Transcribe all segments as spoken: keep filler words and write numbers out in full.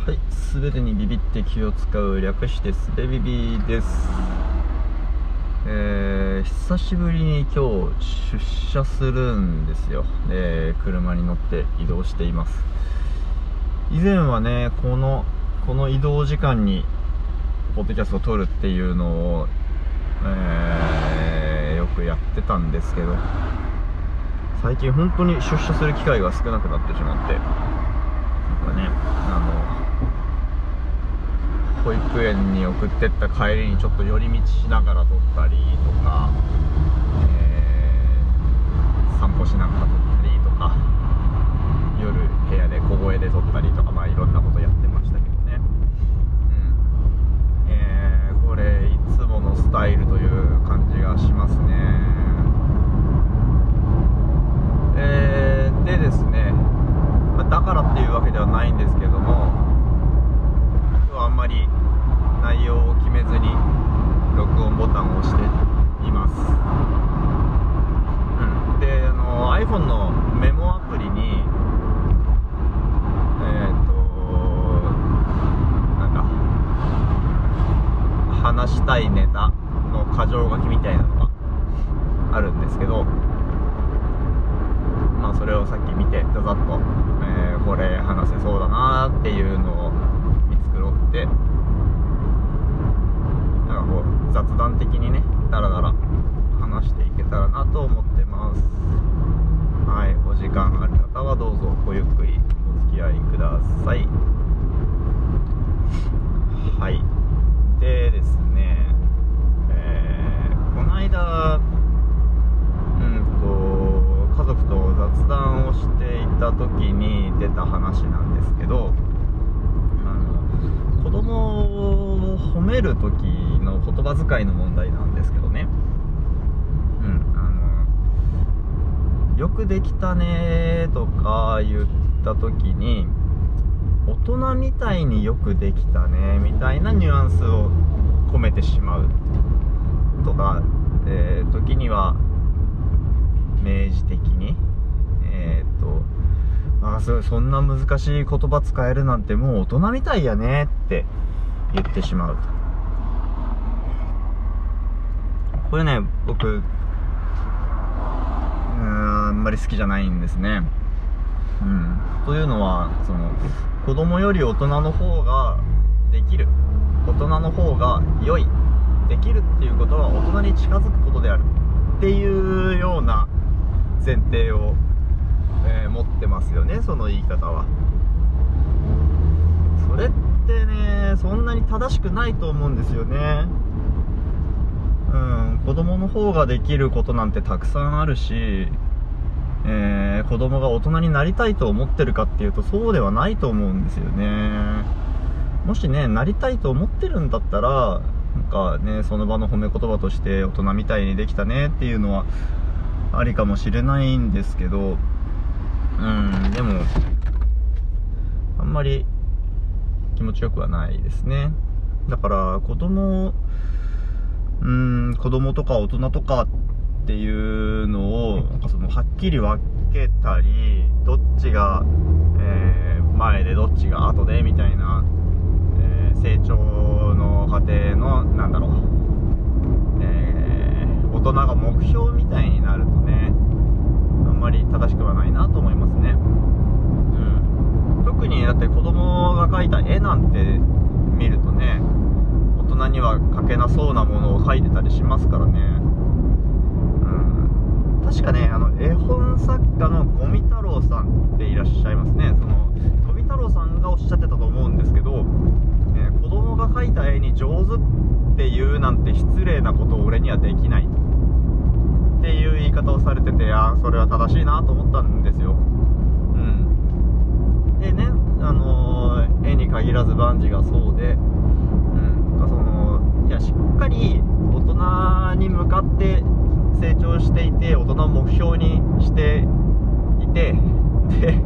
はい、すべてにビビって気を使う、略してすべビビです。えー、久しぶりに今日出社するんですよ。で、車に乗って移動しています。以前はね、このこの移動時間にポッドキャストを撮るっていうのを、えー、よくやってたんですけど、最近本当に出社する機会が少なくなってしまって、なんかね、あの保育園に送ってった帰りにちょっと寄り道しながら撮ったりとか、えー、散歩しながら撮ったりとか、夜部屋で小声で撮ったりとか、まあいろんなことやってましたけどね。うん、えー、これいつものスタイルという感じがしますね。えー、でですね、まあ、だからっていうわけではないんですけども、今日はあんまり内容を決めずに録音ボタンを押しています。うん、で、あの iPhone のメモアプリにえっとなんか話したいネタの箇条書きみたいなのがあるんですけど、まあそれをさっき見てざざっと、えー、これ話せそうだなっていうのを見繕って、なんかこう雑談的にね、だらだら話していけたらなと思ってます。はい、お時間ある方はどうぞごゆっくりお付き合いください。はい、でですね、えー、この間うんと家族と雑談をしていた時に出た話なんですけど、あの子供を褒める時の言葉遣いの問題なんですけどね、うん、あのよくできたねとか言った時に、大人みたいによくできたねみたいなニュアンスを込めてしまうとか、えー、時には明示的にえー、っとあそそんな難しい言葉使えるなんてもう大人みたいやねって言ってしまう。これね、僕うーんあんまり好きじゃないんですね。うん、というのは、その子供より大人の方ができる、大人の方が良い、できるっていうことは大人に近づくことであるっていうような前提を、えー、持ってますよね、その言い方は。それってね、そんなに正しくないと思うんですよね。うん、子供の方ができることなんてたくさんあるし、えー、子供が大人になりたいと思ってるかっていうとそうではないと思うんですよね。もしね、なりたいと思ってるんだったら、なんかね、その場の褒め言葉として大人みたいにできたねっていうのはありかもしれないんですけど、うん、でもあんまり気持ちよくはないですね。だから子供うーん子供とか大人とかっていうのをなんかそのはっきり分けたり、どっちが、えー、前でどっちが後でみたいな、えー、成長の過程のなんだろう、えー、大人が目標みたいになるとね、あんまり正しくはないなと思いますね。うん、特にだって子供が描いた絵なんて見るとね、大人には描けなそうなものを描いてたりしますからね。確かね、あの絵本作家の五味太郎さんっていらっしゃいますね。その五味太郎さんがおっしゃってたと思うんですけど、えー、子供が描いた絵に上手っていうなんて失礼なことを俺にはできないっていう言い方をされてて、あそれは正しいなと思ったんですよ。うん、でね、あのー、絵に限らず万事がそうで、うん、そのいやしっかり大人に向かって成長していて、大人を目標にしていて、で、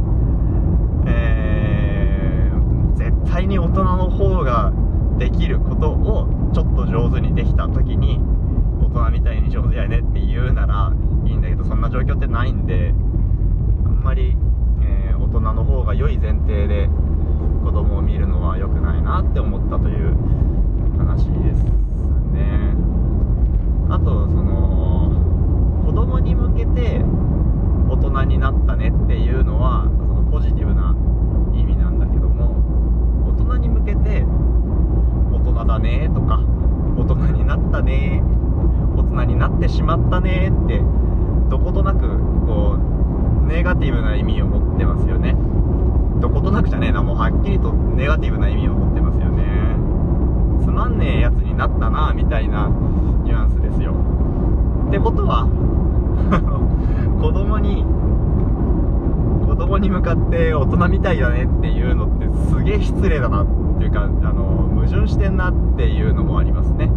えー、絶対に大人の方ができることをちょっと上手にできた時に大人みたいに上手やねって言うならいいんだけど、そんな状況ってないんで、あんまり、えー、大人の方が良い前提で子供を見るのは良くないなって思ったという話ですね。あとその子供に向けて大人になったねっていうのはそのポジティブな意味なんだけども、大人に向けて大人だねとか大人になったね、大人になってしまったねってどことなくこうネガティブな意味を持ってますよね。どことなくじゃねえな、もうはっきりとネガティブな意味を持ってますよね。つまんねえやつになったなみたいなニュアンスですよ。ってことは子供に子供に向かって大人みたいだねっていうのってすげえ失礼だなっていうか、あの矛盾してんなっていうのもありますね。うん、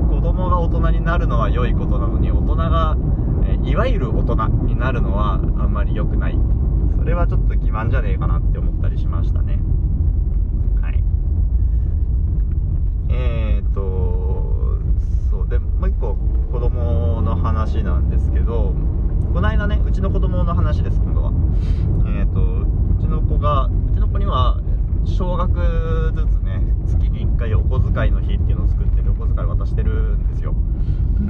子供が大人になるのは良いことなのに、大人が、えー、いわゆる大人になるのはあんまり良くない。それはちょっと欺瞞じゃねえかなって思ったりしましたね。はい。えーとそうでもう一個子供の話なんですけど、この間ね、うちの子供の話です。今度はえーとうちの子がうちの子には少額ずつね、月にいっかいお小遣いの日っていうのを作ってる、お小遣い渡してるんですよ。うん。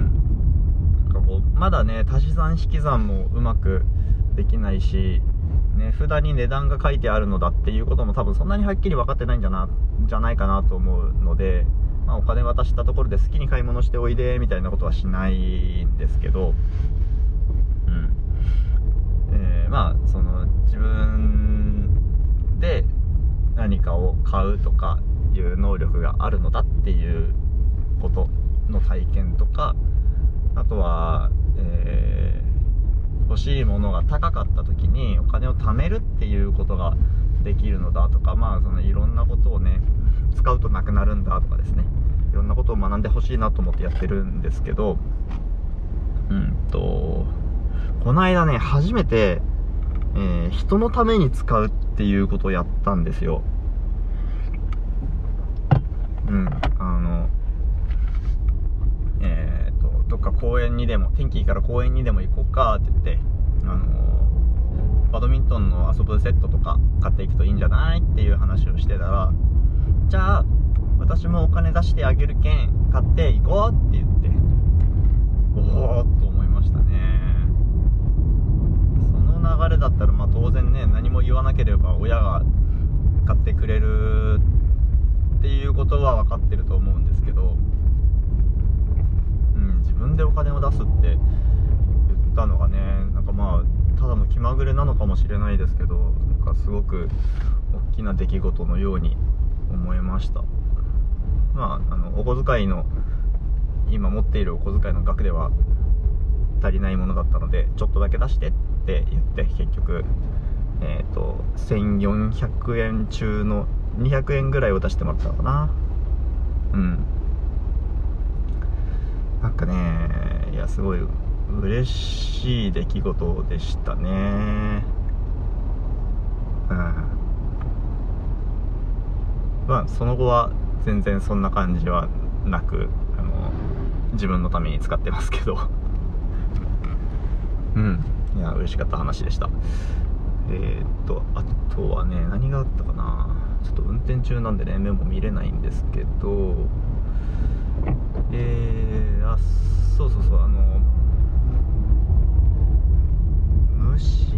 なんかこうまだね、足し算引き算もうまくできないし、値札に値段が書いてあるのだっていうことも多分そんなにはっきり分かってないんじゃなじゃないかなと思うので、まあ、お金渡したところで好きに買い物しておいでみたいなことはしないんですけど、うん、えー、まあその自分で何かを買うとかいう能力があるのだっていうことの体験とか、あとは、えー欲しいものが高かった時にお金を貯めるっていうことができるのだとか、まあそのいろんなことをね、使うとなくなるんだとかですね、いろんなことを学んでほしいなと思ってやってるんですけど、うんとこの間ね、初めて、えー、人のために使うっていうことをやったんですよ。うんあのえーとどっか公園にでも、天気いいから公園にでも行こうかって言って、あのー、バドミントンの遊ぶセットとか買っていくといいんじゃないっていう話をしてたら、じゃあ私もお金出してあげるけん買っていこうって言って、おおーっと思いましたね。その流れだったらまあ当然ね、何も言わなければ親が買ってくれるっていうことは分かってると思うんですけど、自分でお金を出すって言ったのがね、なんかまあただの気まぐれなのかもしれないですけど、なんかすごく大きな出来事のように思いました。まああのお小遣いの今持っているお小遣いの額では足りないものだったので、ちょっとだけ出してって言って結局えっとせんよんひゃくえん中のにひゃくえんぐらいを出してもらったのかな。うんなんかね、いやすごい嬉しい出来事でしたね。うんまあその後は全然そんな感じはなく、あの自分のために使ってますけどうんいや嬉しかった話でした。えー、っとあとはね、何があったかな、ちょっと運転中なんでねメモ見れないんですけど、えー、あそうそうそう、あの虫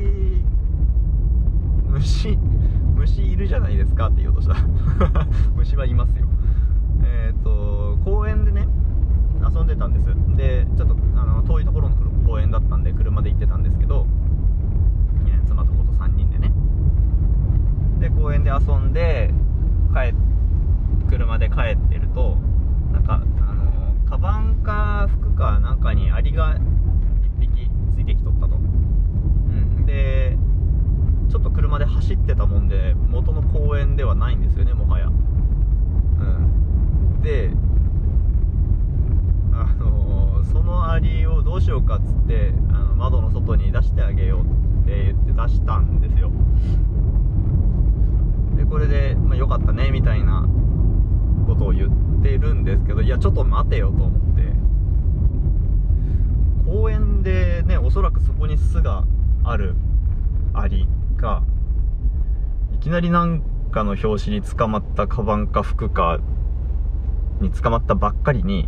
虫虫いるじゃないですかって言おうとした虫はいますよ。えっと公園でね遊んでたんです。でちょっとあの遠いところの公園だったんで車で行ってたんですけど、えー、妻と子とさんにんでね、で公園で遊んで帰車で帰ってると、なんかあのカバンか服かなんかにアリがいっぴきついてきとったと。うんでちょっと車で走ってたもんで元の公園ではないんですよね、もはや。うんであのそのアリをどうしようかっつってあの窓の外に出してあげようって言って出したんですよ。でこれで、まあ、よかったねみたいなことを言ってるんですけど、いやちょっと待てよと思って、公園でねおそらくそこに巣があるアリがいきなりなんかの拍子に捕まったカバンか服かに捕まったばっかりに、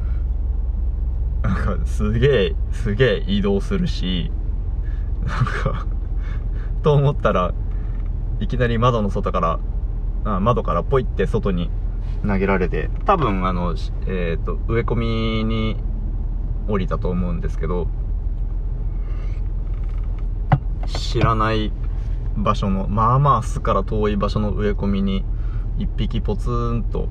なんかすげえすげえ移動するし、なんかと思ったらいきなり窓の外からあ窓からポイって外に投げられて、多分あのえっと植え込みに降りたと思うんですけど、知らない場所のまあまあ巣から遠い場所の植え込みに一匹ポツンと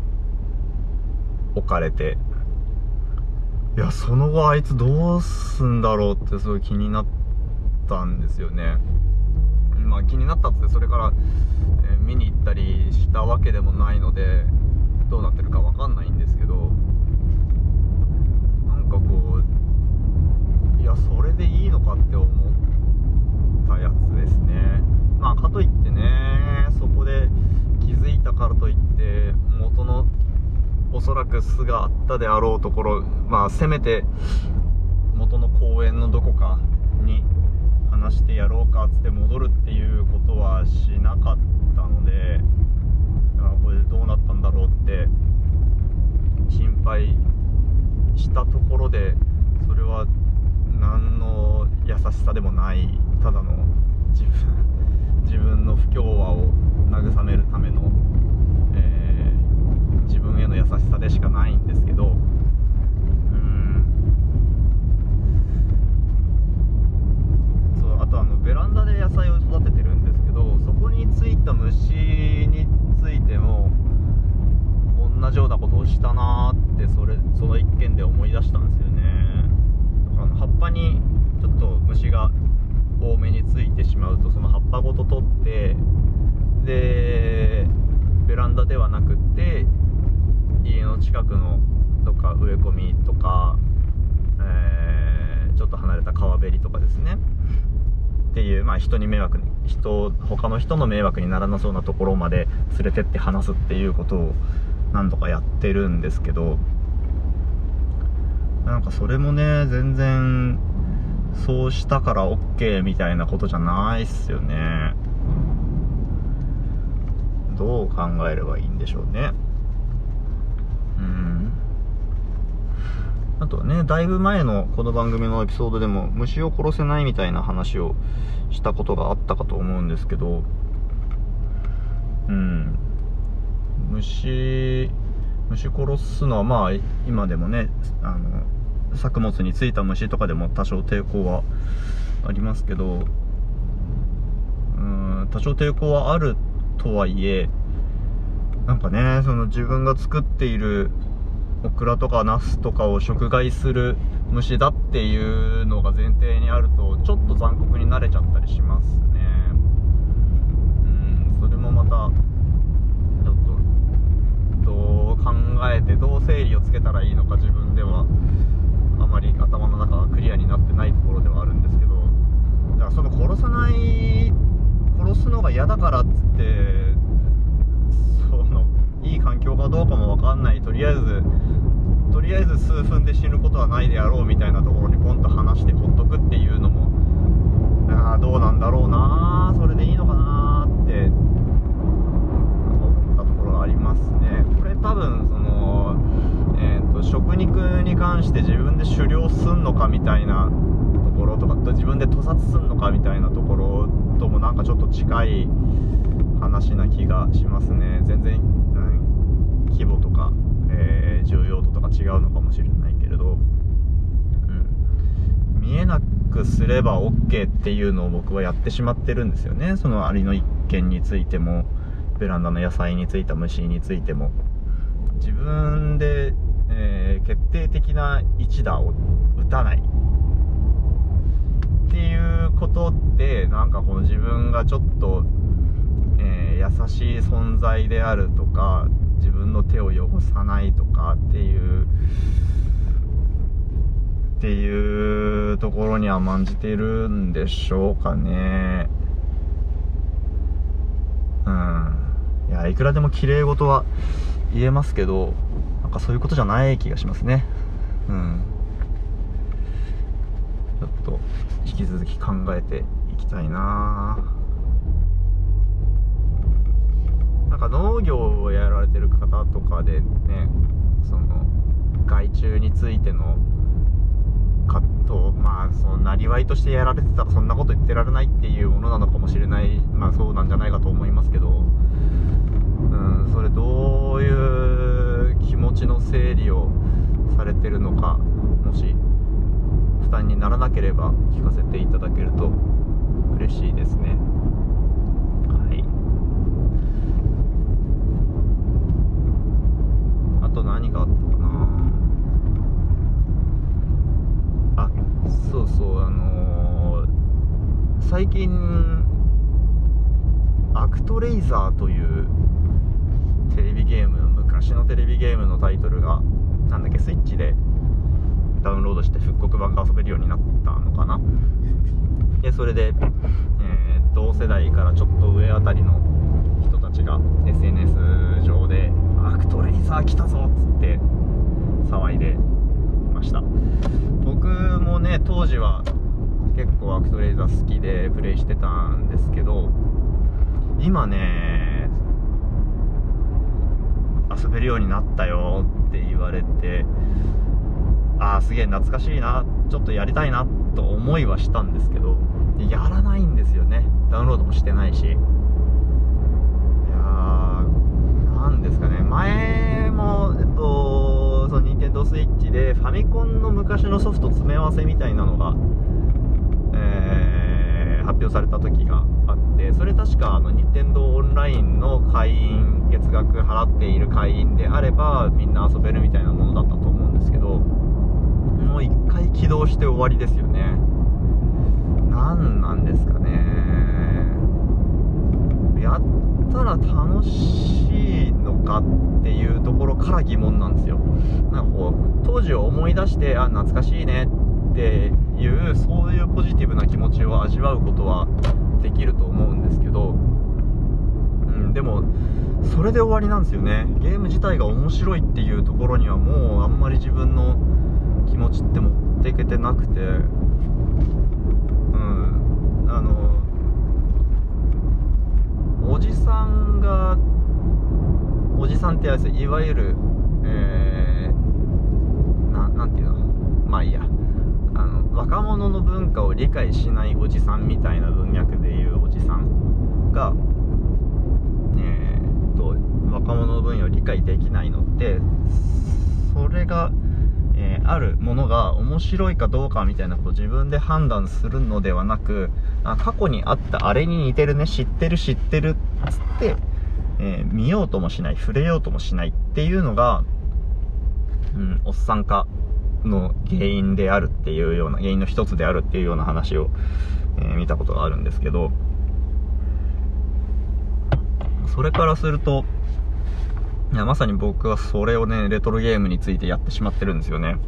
置かれて、いやその後あいつどうすんだろうってすごい気になったんですよね。まあ気になったってそれから、えー、見に行ったりしたわけでもないのでどうなってるかわかんないんですけど、なんかこういやそれでいいのかって思ったやつですね。まあかといってね、そこで気づいたからといって元のおそらく巣があったであろうところ、まあせめて元の公園のどこかに話してやろうかっつって戻るっていうことはしなかったので、これでどうなったんだろうって心配したところで、それは何の優しさでもない、ただの自分自分の不協和を慰めるための、えー、自分への優しさでしかないんですけど、うーんそうあとあのベランダで野菜を育ててるんですけど、そこについた虫についても同じようなことをしたなーってそれその一件で思い出したんですよね。あの葉っぱにちょっと虫が多めについてしまうと、その葉っぱごと取ってでベランダではなくって家の近くのどっか植え込みとか、えー、ちょっと離れた川べりとかですねっていう、まあ人に迷惑に人他の人の迷惑にならなそうなところまで連れてって話すっていうことを何度かやってるんですけど、なんかそれもね全然そうしたから OK みたいなことじゃないっすよね。どう考えればいいんでしょうね。うんあとはね、だいぶ前のこの番組のエピソードでも虫を殺せないみたいな話をしたことがあったかと思うんですけど、うん虫虫殺すのはまあ今でもね、あの作物についた虫とかでも多少抵抗はありますけど、うーん多少抵抗はあるとはいえ、なんかねその自分が作っているオクラとかナスとかを食害する虫だっていうのが前提にあるとちょっと残酷になれちゃったりしますね。うんそれもまたちょっとどう考えてどう整理をつけたらいいのか自分ではあまり頭の中がクリアになってないところではあるんですけど、だからその殺さない殺すのが嫌だからっつってそのいい環境かどうかも分かんない、とりあえずとりあえず数分で死ぬことはないであろうみたいなところにポンと話してほっとくっていうのも、あどうなんだろうな、それでいいのかなって思ったところがありますね。これ多分その、えー、と食肉に関して自分で狩猟すんのかみたいなところとかと自分で屠殺すんのかみたいなところともなんかちょっと近い話な気がしますね。全然、うん、規模とか、えー、重要度とか違うのかもしれないけれど、うん、見えなくすれば OK っていうのを僕はやってしまってるんですよね。そのアリの一件についてもベランダの野菜についた虫についても自分で、えー、決定的な一打を打たないっていうことで、なんかこの自分がちょっと、えー、優しい存在であるとか自分の手を汚さないとかっていうっていうところに甘んじているんでしょうかね。うんいやいくらでも綺麗事は言えますけど、なんかそういうことじゃない気がしますね。うんちょっと引き続き考えていきたいな。 か農業をやられてる方とかでね、その害虫についての葛藤、まあそのなりわいとしてやられてたらそんなこと言ってられないっていうものなのかもしれない、まあそうなんじゃないかと思いますけど、うん、それどういう気持ちの整理をされてるのか、もし負担にならなければ聞かせていただけると嬉しいですね。はい。あと何があったかなあ、そうそう、あのー、最近アクトレイザーというテレビゲーム、昔のテレビゲームのタイトルがなんだっけ、スイッチでダウンロードして復刻版が遊べるようになったのかな。でそれで、えー、同世代からちょっと上あたりの人たちが エスエヌエス 上でアクトレイザー来たぞっつって騒いでました。僕もね当時は結構アクトレイザー好きでプレイしてたんですけど、今ね遊べるようになったよって言われて、ああすげえ懐かしいな、ちょっとやりたいなと思いはしたんですけど、やらないんですよね。ダウンロードもしてないし。いやーなんですかね、前もえっとその任天堂スイッチでファミコンの昔のソフト詰め合わせみたいなのが、えー、発表された時があって、それ確かあの任天堂オンラインの会員、月額払っている会員であればみんな遊べるみたいなものだったと思うんですけど、もう一回起動して終わりですよね。なんなんですかね。やったら楽しいのかっていうところから疑問なんですよ。なんかこう当時を思い出して、あ懐かしいねっていうそういうポジティブな気持ちを味わうことはできると思うんですけど、うん、でもそれで終わりなんですよね。ゲーム自体が面白いっていうところにはもうあんまり自分の気持ちって持っていけてなくて、うんあのおじさんがおじさんってやつ、いわゆる、えー、な, なんていうのまあいいや、あの若者の文化を理解しないおじさんみたいな文脈でいうおじさんが、えー、と若者の分野を理解できないのって、それが、えー、あるものが面白いかどうかみたいなことを自分で判断するのではなく、あ過去にあったあれに似てるね、知ってる知ってるっつって、えー、見ようともしない、触れようともしないっていうのが、うん、おっさん化の原因であるっていうような、原因の一つであるっていうような話を、えー、見たことがあるんですけど、それからすると、いやまさに僕はそれをねレトロゲームについてやってしまってるんですよね。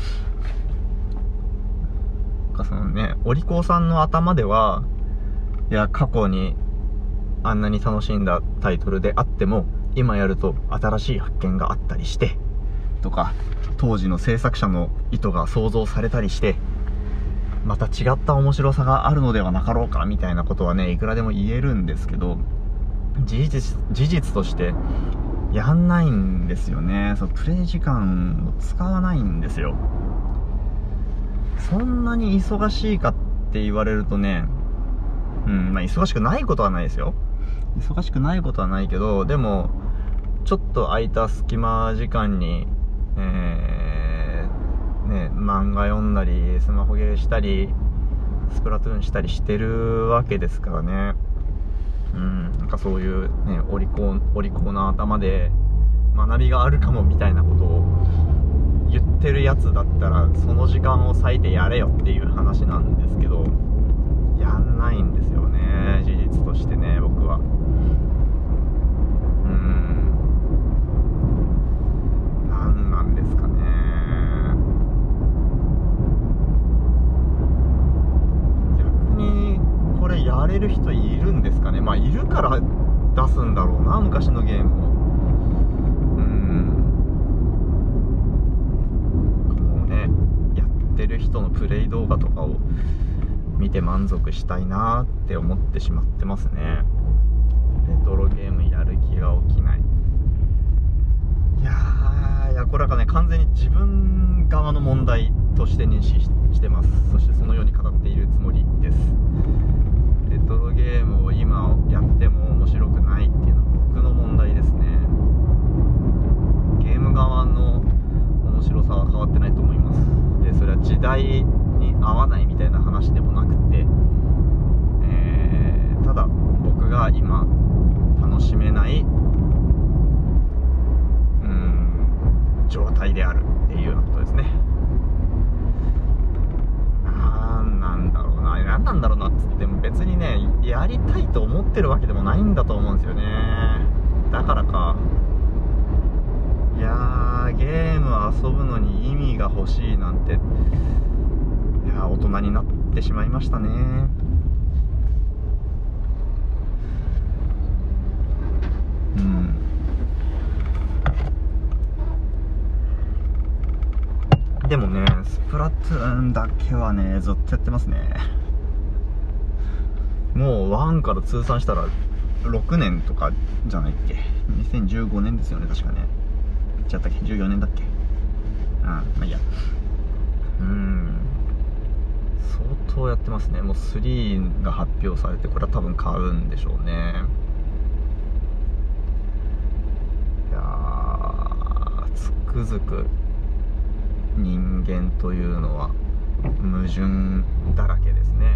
そのねお利口さんの頭では、いや過去にあんなに楽しんだタイトルであっても今やると新しい発見があったりしてとか、当時の制作者の意図が想像されたりしてまた違った面白さがあるのではなかろうかみたいなことはねいくらでも言えるんですけど、事実事実としてやんないんですよね。そうプレイ時間を使わないんですよ。そんなに忙しいかって言われるとね、うんまあ忙しくないことはないですよ。忙しくないことはないけど、でもちょっと空いた隙間時間に、えー、ね漫画読んだりスマホゲーしたりスプラトゥーンしたりしてるわけですからね。うん、なんかそういうねお利口お利口な頭で学びがあるかもみたいなことを言ってるやつだったらその時間を割いてやれよっていう話なんですけど、やんないんですよね、事実としてね。僕はうーんなんなんですかね。逆にこれやれる人いるんですかね。まあいるから出すんだろうな、昔のゲームを。うーんもうねやってる人のプレイ動画とかを見て満足したいなって思ってしまってますね。 レトロゲームやる気が起きない。いやー、いやこれはね完全に自分側の問題として認識してます。そしてそのように語っているつもりです。レトロゲームを今やっても面白くないっていうのは僕の問題ですね。ゲーム側の面白さは変わってないと思います。でそれは時代に合わないみたいな話でもなくて、えー、ただ僕が今楽しめないうん状態であるっていうようなことですね。なんなんだろうななんなんだろうなっつっても別にねやりたいと思ってるわけでもないんだと思うんですよね。だからかいやーゲーム遊ぶのに意味が欲しいなんて、いや大人になってしまいましたね。うんでもねスプラトゥーンだけはねずっとやってますね。もうワンから通算したらろくねんとかじゃないっけ。にせんじゅうごねんですよね確かね。違ったっけじゅうよねんだっけ。うんまあいいや。うん相当やってますね。もうスリーが発表されてこれは多分買うんでしょうね。いやーつくづく人間というのは矛盾だらけですね。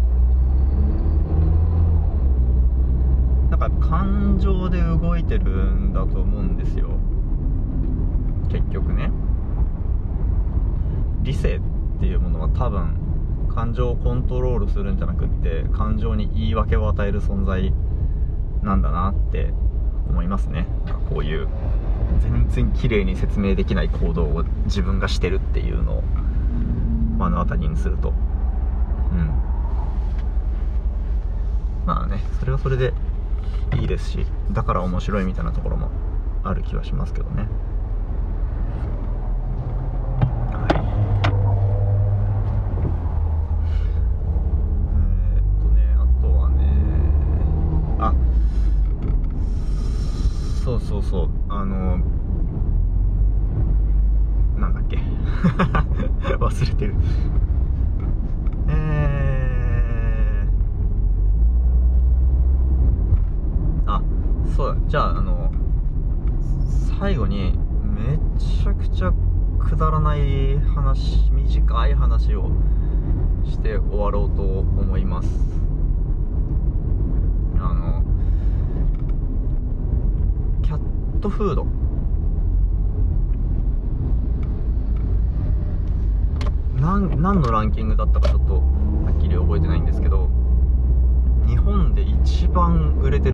なんか感情で動いてるんだと思うんですよ結局ね。理性っていうものは多分感情をコントロールするんじゃなくって感情に言い訳を与える存在なんだなって思いますね。こういう全然綺麗に説明できない行動を自分がしてるっていうのを目の当たりにすると、うんまあねそれはそれでいいですし、だから面白いみたいなところもある気はしますけどね。はいえー、っとねあとはねあそうそうそうあのなんだっけ忘れてるえー、あそうだじゃああの最後にめちゃくちゃくだらない話短い話をして終わろうと思います。あのキャットフードなん何のランキングだったかちょっとはっきり覚えてないんですけど日本で一番売れてる